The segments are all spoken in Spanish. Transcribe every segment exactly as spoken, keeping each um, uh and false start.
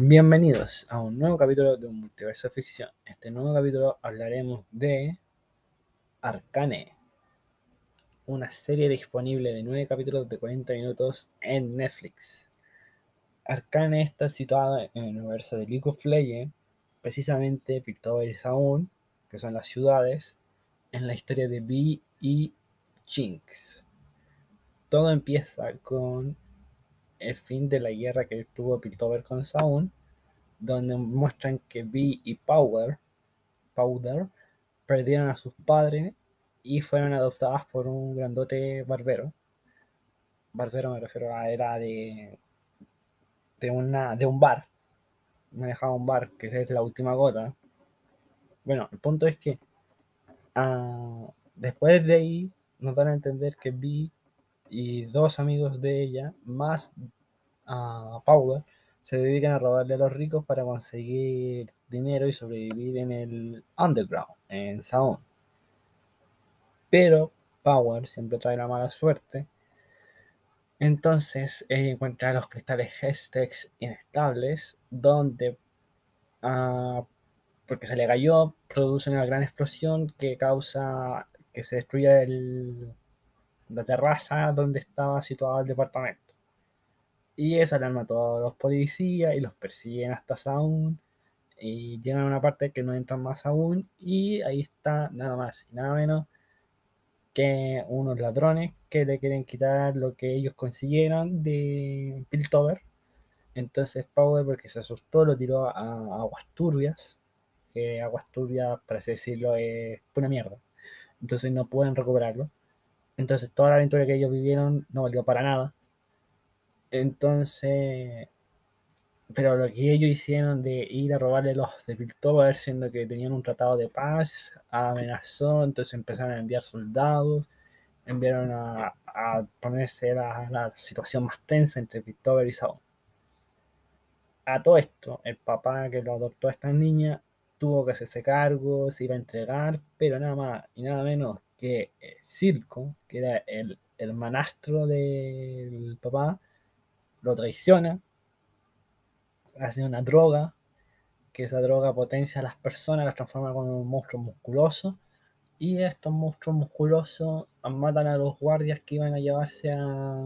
Bienvenidos a un nuevo capítulo de un multiverso de ficción. En este nuevo capítulo hablaremos de Arcane, una serie disponible de nueve capítulos de cuarenta minutos en Netflix. Arcane está situada en el universo de League of Legends, precisamente Piltover y Zaun, que son las ciudades, en la historia de Vi y Jinx. Todo empieza con el fin de la guerra que tuvo Piltover con Zaun, donde muestran que Vi y Power Powder perdieron a sus padres y fueron adoptadas por un grandote barbero. Barbero me refiero a era de, de, una, de un bar, manejaba un bar, que es la última gota. Bueno, el punto es que uh, después de ahí nos dan a entender que Vi y dos amigos de ella, más a uh, Powder, se dedican a robarle a los ricos para conseguir dinero y sobrevivir en el underground, en Saon. Pero Power siempre trae la mala suerte. Entonces ella encuentra los cristales Hestex inestables, donde, uh, porque se le cayó, produce una gran explosión que causa que se destruya el, la terraza donde estaba situado el departamento. Y eso alarma a todos los policías y los persiguen hasta Saún. Y llegan a una parte que no entran más aún. Y ahí está nada más y nada menos que unos ladrones que le quieren quitar lo que ellos consiguieron de Piltover. Entonces Power, porque se asustó, lo tiró a aguas turbias, que aguas turbias, para así decirlo, es pura mierda. Entonces no pueden recuperarlo. Entonces toda la aventura que ellos vivieron no valió para nada. Entonces, pero lo que ellos hicieron de ir a robarle los de Piltover, siendo que tenían un tratado de paz, amenazó, entonces empezaron a enviar soldados, enviaron a, a ponerse la, la, situación más tensa entre Piltover y Saul. A todo esto, el papá que lo adoptó a esta niña tuvo que hacerse cargo, se iba a entregar, pero nada más y nada menos que eh, Circo, que era el hermanastro del papá, lo traiciona, hace una droga, que esa droga potencia a las personas, las transforma en un monstruo musculoso, y estos monstruos musculosos matan a los guardias que iban a llevarse a,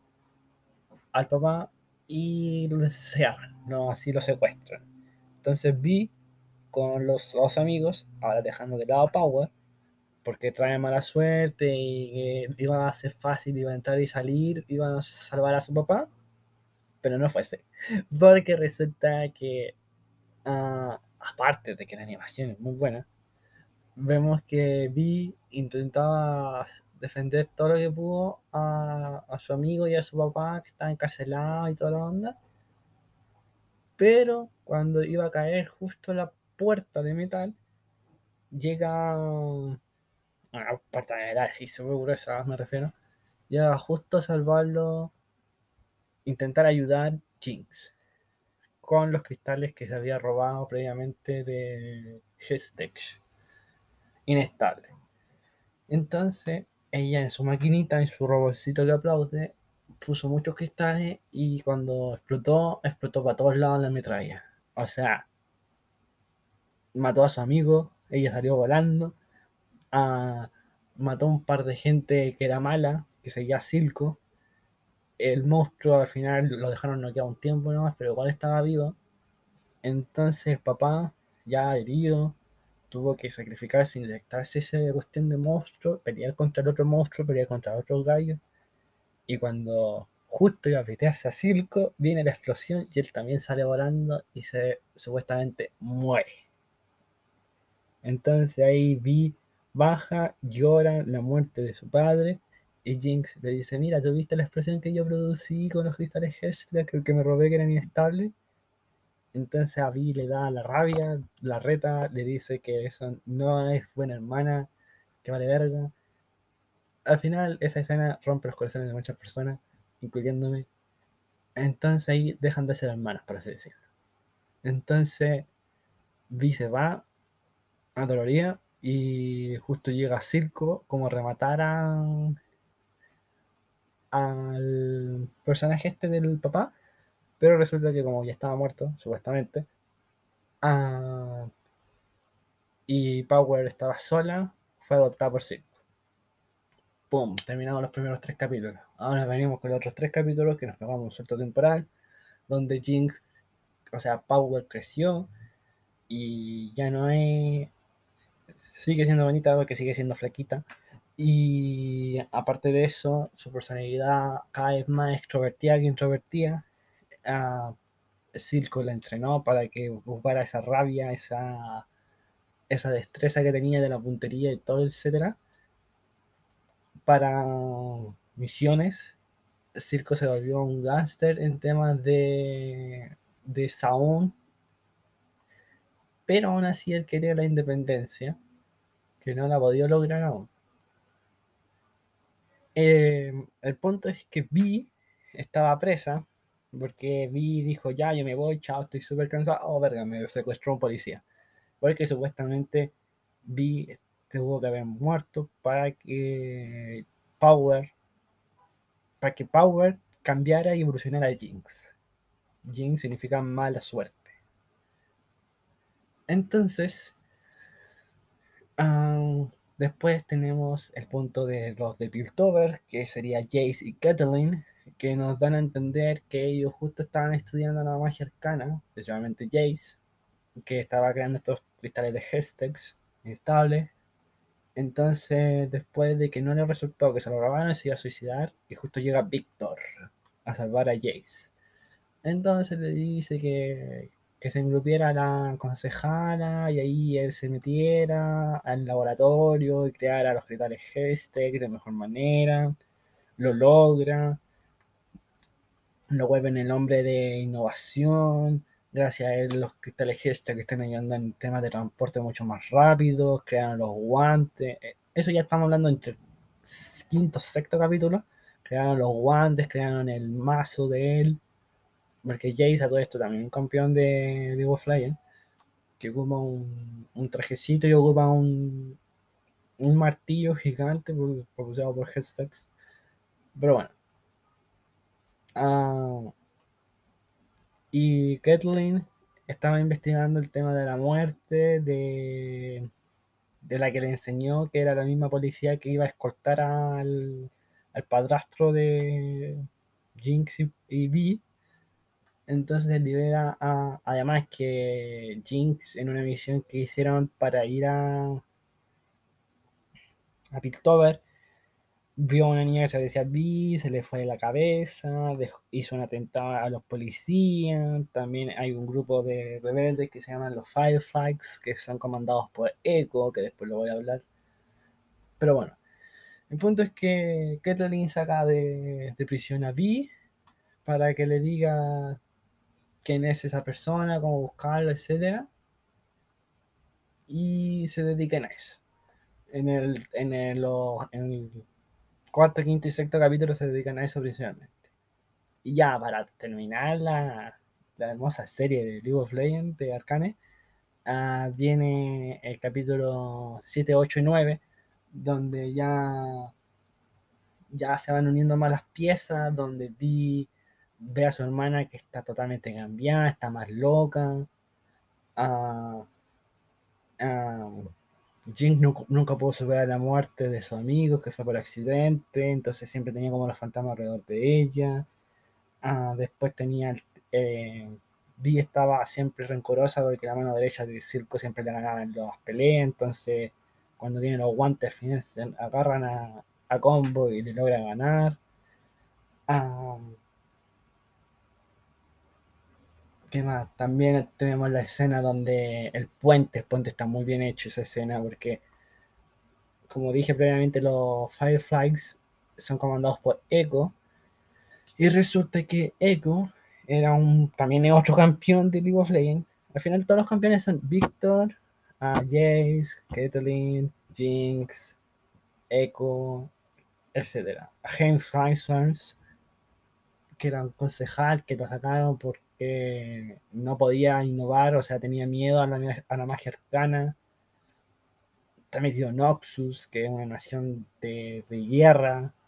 al papá y lo deseaban, ¿no? Así lo secuestran. Entonces Vi con los dos amigos, ahora dejando de lado Power, porque trae mala suerte y que iba a ser fácil, iba a entrar y salir, iban a salvar a su papá, pero no fue así. Porque resulta que, uh, aparte de que la animación es muy buena, vemos que Vi intentaba defender todo lo que pudo a, a su amigo y a su papá que estaba encarcelado y toda la onda, pero cuando iba a caer justo la puerta de metal, llega una puerta de metal, sí, súper gruesa me refiero, llega justo a salvarlo, intentar ayudar Jinx con los cristales que se había robado previamente de Hestex, inestable. Entonces, ella en su maquinita, en su robotcito que aplaude, puso muchos cristales y cuando explotó, explotó para todos lados la metralla. O sea, mató a su amigo, ella salió volando, a, mató a un par de gente que era mala, que seguía Silco. El monstruo al final lo dejaron noqueado un tiempo nomás, pero igual estaba vivo. Entonces el papá, ya herido, tuvo que sacrificarse, inyectarse esa cuestión de monstruo, pelear contra el otro monstruo, pelear contra el otro gallo. Y cuando justo iba a pitearse a Circo, viene la explosión y él también sale volando y se supuestamente muere. Entonces ahí Vi baja, llora la muerte de su padre y Jinx le dice, mira, ¿tú viste la explosión que yo producí con los cristales Hestia que, que me robé que eran inestables? Entonces a Vi le da la rabia, la reta, le dice que eso no es buena hermana, que vale verga. Al final esa escena rompe los corazones de muchas personas, incluyéndome. Entonces ahí dejan de ser hermanas, por así decirlo. Entonces Vi se va a Doloría y justo llega a Circo como a rematar a, al personaje este del papá, Pero resulta que como ya estaba muerto, supuestamente, ah, y Power estaba sola, fue adoptada por Silco. ¡Pum! Terminamos los primeros tres capítulos. Ahora venimos con los otros tres capítulos que nos pegamos un salto temporal, donde Jinx, o sea, Power creció y ya no es... Sigue siendo bonita porque sigue siendo flaquita. Y aparte de eso, su personalidad cada vez más extrovertida que introvertida. Uh, Silco la entrenó para que ocupara esa rabia, esa, esa destreza que tenía de la puntería y todo, etcétera, para misiones. Circo se volvió un gángster en temas de, de sound, pero aún así él quería la independencia, que no la ha podido lograr aún. Eh, el punto es que Vi estaba presa, porque Vi dijo, ya, yo me voy, chao, estoy súper cansado, oh, verga, me secuestró un policía. Porque supuestamente Vi tuvo que haber muerto para que Power, para que Power cambiara y evolucionara a Jinx. Jinx significa mala suerte. Entonces, um, después tenemos el punto de los de Piltover, que sería Jace y Catelyn, que nos dan a entender que ellos justo estaban estudiando la magia arcana, especialmente Jace, que estaba creando estos cristales de Hestex estables. Entonces, después de que no le resultó, que se lo robaron, se iba a suicidar y justo llega Victor a salvar a Jace. Entonces le dice que, que se engrupiera a la concejala y ahí él se metiera al laboratorio y creara los cristales Hextech de mejor manera. Lo logra, lo vuelven el hombre de innovación. Gracias a él los cristales Hextech que están ayudando en temas de transporte mucho más rápidos, crearon los guantes. Eso ya estamos hablando entre quinto, sexto capítulo. Crearon los guantes, crearon el mazo de él. Porque Jace a todo esto también un campeón de League of Legends, que ocupa un, un trajecito y ocupa un, un martillo gigante propulsado por Hextech. Pero bueno. Uh, y Kathleen estaba investigando el tema de la muerte de, de la que le enseñó, que era la misma policía que iba a escoltar al, al padrastro de Jinx y, y Vi. Entonces libera a, además que Jinx en una misión que hicieron para ir a, a Piltover, vio a una niña que se decía Vi, se le fue de la cabeza, dejó, hizo un atentado a los policías. También hay un grupo de rebeldes que se llaman los Fireflies, que son comandados por Echo, que después lo voy a hablar. Pero bueno, el punto es que Kathleen saca de, de prisión a Vi para que le diga quién es esa persona, cómo buscarlo, etcétera, y se dedican a eso. En el, en el, en el cuarto, quinto y sexto capítulo se dedican a eso principalmente. Y ya para terminar la, la hermosa serie de League of Legends de Arcane, uh, viene el capítulo siete, ocho y nueve, donde ya, ya se van uniendo más las piezas, donde Vi ve a su hermana que está totalmente cambiada, está más loca. Uh, uh, Jin nunca, nunca pudo superar la muerte de sus amigos, que fue por accidente, entonces siempre tenía como los fantasmas alrededor de ella. Ah, después tenía, eh, Vi estaba siempre rencorosa porque la mano derecha del circo siempre le ganaba en las peleas, entonces cuando tiene los guantes al final se agarran a, a combo y le logra ganar. Ah, ¿qué más? También tenemos la escena donde el puente, el puente está muy bien hecho esa escena porque como dije previamente, los Fireflies son comandados por Echo. Y resulta que Echo era un, también es otro campeón de League of Legends. Al final todos los campeones son Victor, uh, Jace, Caitlyn, Jinx, Echo, etcétera. James Highsworth, que era un concejal que lo sacaron porque no podía innovar, o sea, tenía miedo a la, a la magia arcana. Está metido Noxus, que es una nación de, de guerra.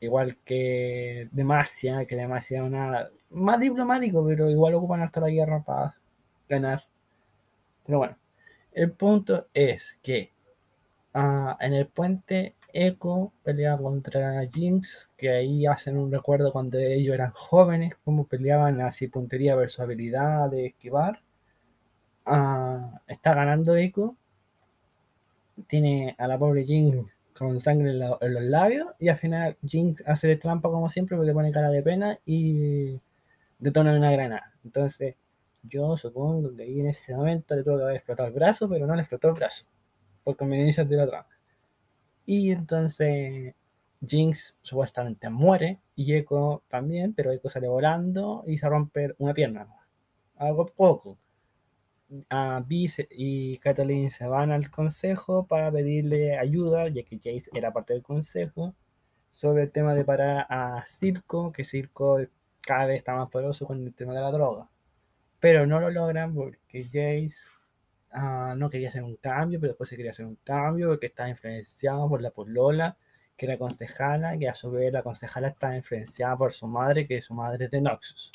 igual que Demacia, que Demacia es una, más diplomático, pero igual ocupan hasta la guerra para ganar. Pero bueno, el punto es que uh, en el puente Echo pelea contra Jinx, que ahí hacen un recuerdo cuando ellos eran jóvenes, cómo peleaban así puntería versus habilidad de esquivar. Uh, está ganando Echo, tiene a la pobre Jinx con sangre en, la, en, los labios, y al final Jinx hace de trampa como siempre porque pone cara de pena y detona una granada. Entonces yo supongo que ahí en ese momento le tuvo que haber explotado el brazo, pero no le explotó el brazo por conveniencia de la trama. Y entonces Jinx supuestamente muere y Echo también, pero Echo sale volando y se rompe una pierna. Algo poco. Uh, Beast y Kathleen se van al consejo para pedirle ayuda, ya que Jace era parte del consejo, sobre el tema de parar a Circo, que Circo cada vez está más poderoso con el tema de la droga. Pero no lo logran porque Jace uh, no quería hacer un cambio, pero después se quería hacer un cambio porque estaba influenciado por la polola, que era concejala, que a su vez la concejala estaba influenciada por su madre, que su madre es de Noxus.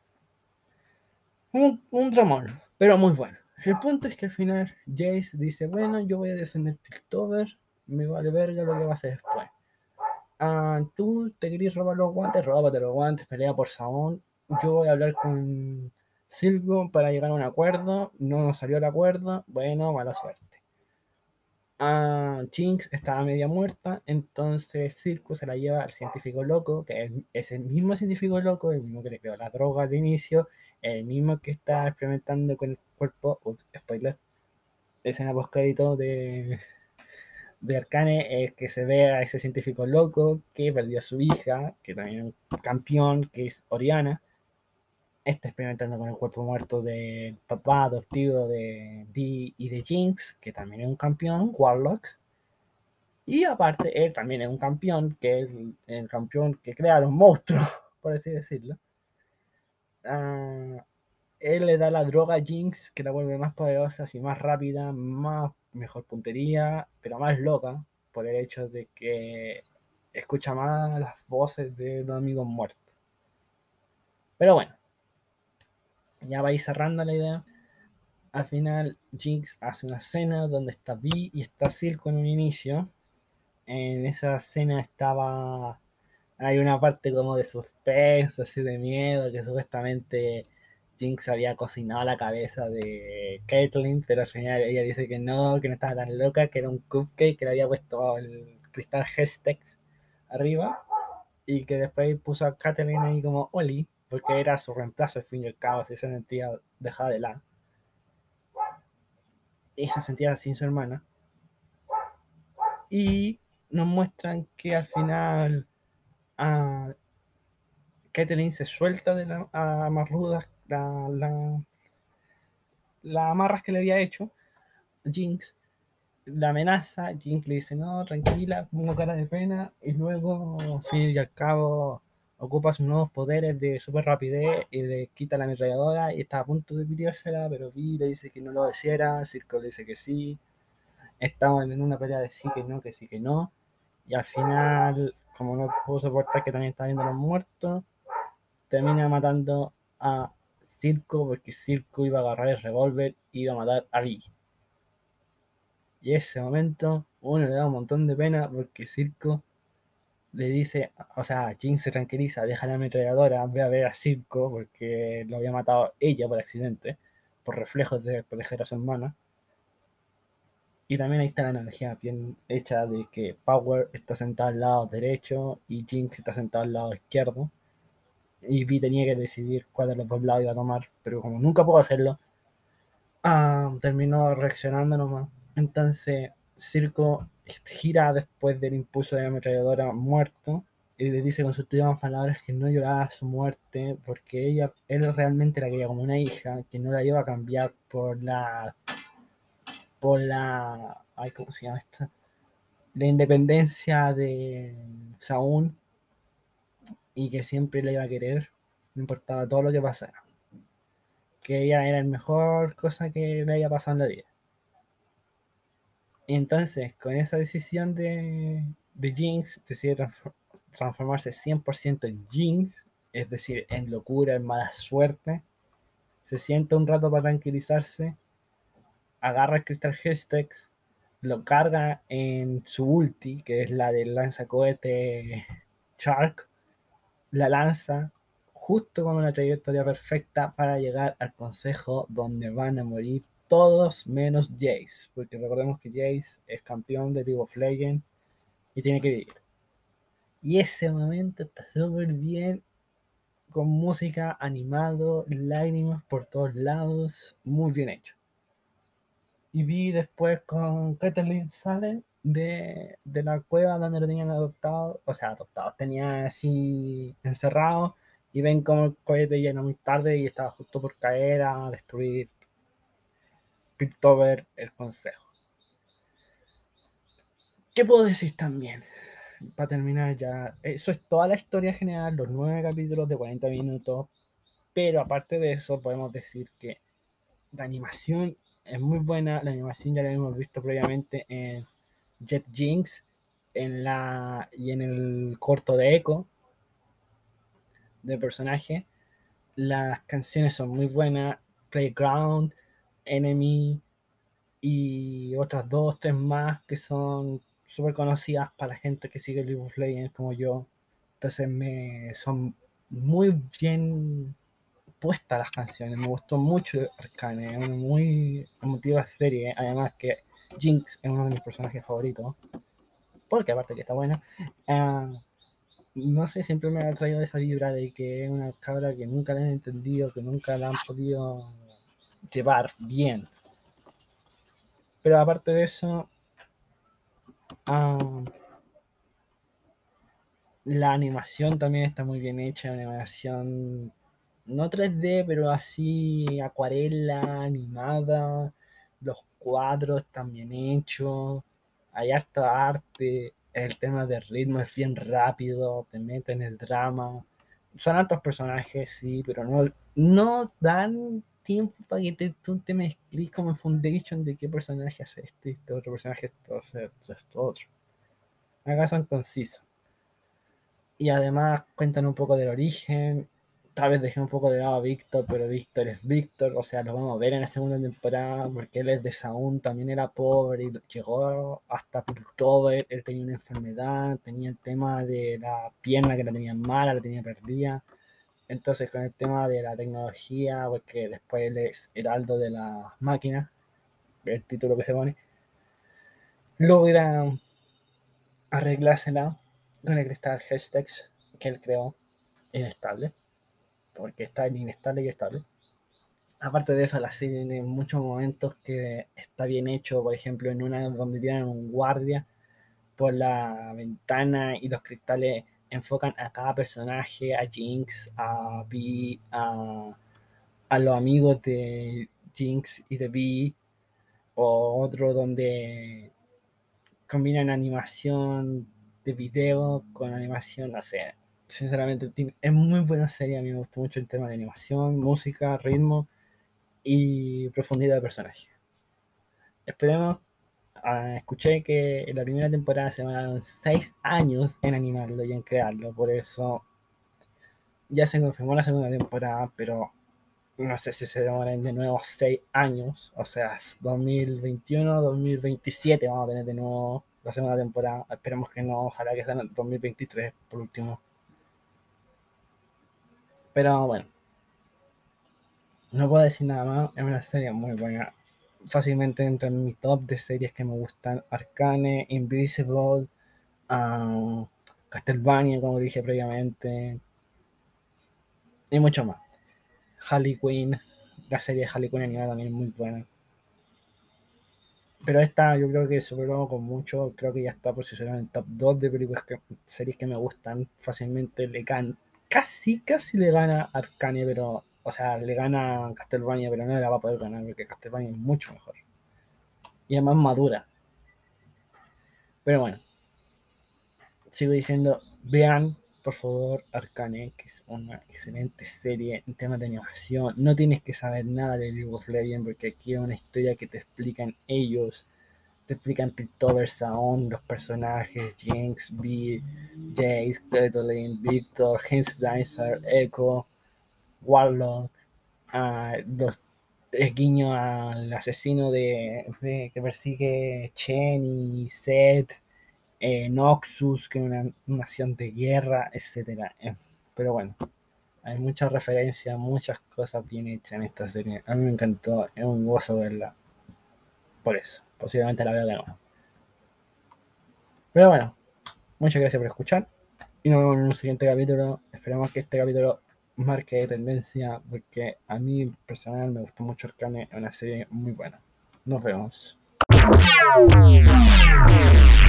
Un, un dramón, pero muy bueno. El punto es que al final Jace dice, bueno, yo voy a defender Piltover, me vale verga lo que pase después. Ah, tú te querías robar los guantes, róbate los guantes, pelea por Saón. Yo voy a hablar con Silco para llegar a un acuerdo, no nos salió el acuerdo, bueno, mala suerte. Ah, Jinx estaba media muerta, entonces Circo se la lleva al científico loco, que es, es el mismo científico loco, el mismo que le creó la droga al inicio, el mismo que está experimentando con el cuerpo, ups, spoiler, escena post crédito de, de Arcane, es que se ve a ese científico loco que perdió a su hija, que también es un campeón, que es Oriana, está experimentando con el cuerpo muerto del papá adoptivo de Vi y de Jinx, que también es un campeón, Warlock. Y aparte, él también es un campeón, que es el, el campeón que crea los monstruos, por así decirlo. Uh, él le da la droga a Jinx, que la vuelve más poderosa, así más rápida, más mejor puntería, pero más loca, por el hecho de que escucha más las voces de los amigos muertos. Pero bueno, ya va a ir cerrando la idea. Al final, Jinx hace una escena donde está Vi y está Silco en un inicio. En esa escena estaba... Hay una parte como de suspenso, así de miedo, que supuestamente Jinx había cocinado la cabeza de Caitlyn, pero al final ella dice que no, que no estaba tan loca, que era un cupcake, que le había puesto el cristal Hestex arriba, y que después puso a Caitlyn ahí como Oli, porque era su reemplazo al fin y al cabo, si se sentía dejada de lado. Y se sentía sin su hermana. Y nos muestran que al final uh, Caitlyn se suelta de las amarrudas, la, la, las amarras que le había hecho Jinx, la amenaza, Jinx le dice no, tranquila, pongo cara de pena, y luego, al fin y al cabo, ocupa sus nuevos poderes de super rapidez y le quita la ametralladora y está a punto de pidiérsela, pero Vi le dice que no lo hiciera, Circo le dice que sí, estaban en una pelea de sí que no, que sí que no, y al final, como no pudo soportar que también estaba viendo a los muertos, termina matando a Circo porque Circo iba a agarrar el revólver y iba a matar a Vi. Y ese momento uno le da un montón de pena porque Circo le dice, o sea, Jin se tranquiliza, deja la ametralladora, ve a ver a Circo porque lo había matado ella por accidente, por reflejos de proteger a su hermana. Y también ahí está la analogía bien hecha de que Power está sentado al lado derecho y Jinx está sentado al lado izquierdo. Y Vi tenía que decidir cuál de los dos lados iba a tomar, pero como nunca puedo hacerlo, ah, terminó reaccionando nomás. Entonces, Circo gira después del impulso de la ametralladora muerto y le dice con sus últimas palabras que no lloraba su muerte porque ella, él realmente la quería como una hija, que no la iba a cambiar por la, por la, ay, ¿cómo se llama esta? La independencia de Saúl, y que siempre la iba a querer, no importaba todo lo que pasara. Que ella era la mejor cosa que le haya pasado en la vida. Y entonces, con esa decisión de, de Jinx, decide transformarse cien por ciento en Jinx, es decir, en locura, en mala suerte. Se sienta un rato para tranquilizarse, agarra el cristal Hestex, lo carga en su ulti, que es la del lanzacohete Shark, la lanza justo con una trayectoria perfecta para llegar al consejo donde van a morir todos menos Jace, porque recordemos que Jace es campeón de League of Legends y tiene que vivir. Y ese momento está súper bien, con música, animado, lágrimas por todos lados, muy bien hecho. Y vi después con Caitlyn salen de, de la cueva donde lo tenían adoptado, o sea, adoptado, tenía así encerrado, y ven como el cohete llega muy tarde y estaba justo por caer a destruir Piltover el consejo. ¿Qué puedo decir también? Para terminar ya, eso es toda la historia general, los nueve capítulos de cuarenta minutos, pero aparte de eso podemos decir que la animación es muy buena, la animación ya la hemos visto previamente en Jet Jinx en la, y en el corto de Echo de personaje. Las canciones son muy buenas, Playground, Enemy y otras dos, tres más que son súper conocidas para la gente que sigue League of Legends como yo. Entonces me son muy bien puestas las canciones, me gustó mucho Arcane, es una muy emotiva serie, además que Jinx es uno de mis personajes favoritos, porque aparte que está buena, uh, no sé, siempre me ha traído esa vibra de que es una cabra que nunca la han entendido, que nunca la han podido llevar bien. Pero aparte de eso, uh, la animación también está muy bien hecha, una animación no tres D, pero así acuarela, animada, los cuadros están bien hechos, hay harta arte, el tema del ritmo es bien rápido, te mete en el drama. Son altos personajes, sí, pero no, no dan tiempo para que te, tú te mezcles como en Foundation de qué personaje hace esto y este otro personaje, esto, esto, esto otro. Acá son concisos. Y además cuentan un poco del origen. Tal vez dejé un poco de lado a Víctor, pero Víctor es Víctor, o sea, lo vamos a ver en la segunda temporada, porque él es de Saúl, también era pobre y llegó hasta Piltover, él tenía una enfermedad, tenía el tema de la pierna que la tenía mala, la tenía perdida. Entonces con el tema de la tecnología, porque después él es heraldo de la máquina, el título que se pone, logra arreglársela con el cristal Hestex que él creó, inestable, porque está inestable y estable. Aparte de eso, la serie tiene muchos momentos que está bien hecho, por ejemplo, en una donde tienen un guardia por la ventana y los cristales enfocan a cada personaje, a Jinx, a Vi, a, a los amigos de Jinx y de Vi, o otro donde combinan animación de video con animación, no sé, sinceramente es muy buena serie, a mí me gustó mucho el tema de animación, música, ritmo y profundidad de personaje. Esperemos, uh, escuché que en la primera temporada se van seis años en animarlo y en crearlo, por eso ya se confirmó la segunda temporada, pero no sé si se demoran de nuevo seis años, o sea, dos mil veintiuno, dos mil veintisiete vamos a tener de nuevo la segunda temporada. Esperemos que no, ojalá que sea en dos mil veintitrés por último. Pero bueno, no puedo decir nada más, es una serie muy buena. Fácilmente entra en mi top de series que me gustan: Arcane, Invisible, um, Castlevania, como dije previamente, y mucho más. Harley Quinn, la serie de Harley Quinn animada también es muy buena. Pero esta yo creo que superó con mucho, creo que ya está posicionada en el top dos de películas que, series que me gustan fácilmente. Le gana, casi, casi le gana Arcane, pero, o sea, le gana Castlevania, pero no la va a poder ganar porque Castlevania es mucho mejor. Y es más madura. Pero bueno, sigo diciendo, vean por favor Arcane, que es una excelente serie en temas de animación. No tienes que saber nada de League of Legends porque aquí es una historia que te explican ellos te explican Piltover, aún los personajes, Jinx, B, Jace, Cletolin, Victor, James Dyser, Echo, Warlock, uh, los el guiño al asesino de, de que persigue Chen y Seth, eh, Noxus, que es una nación de guerra, etcétera. Eh, pero bueno, hay muchas referencias, muchas cosas bien hechas en esta serie. A mí me encantó, es un gozo verla. Por eso, posiblemente la vea de nuevo. Pero bueno, muchas gracias por escuchar. Y nos vemos en un siguiente capítulo. Esperemos que este capítulo marque tendencia, porque a mí personal me gustó mucho Arcane, es una serie muy buena. Nos vemos.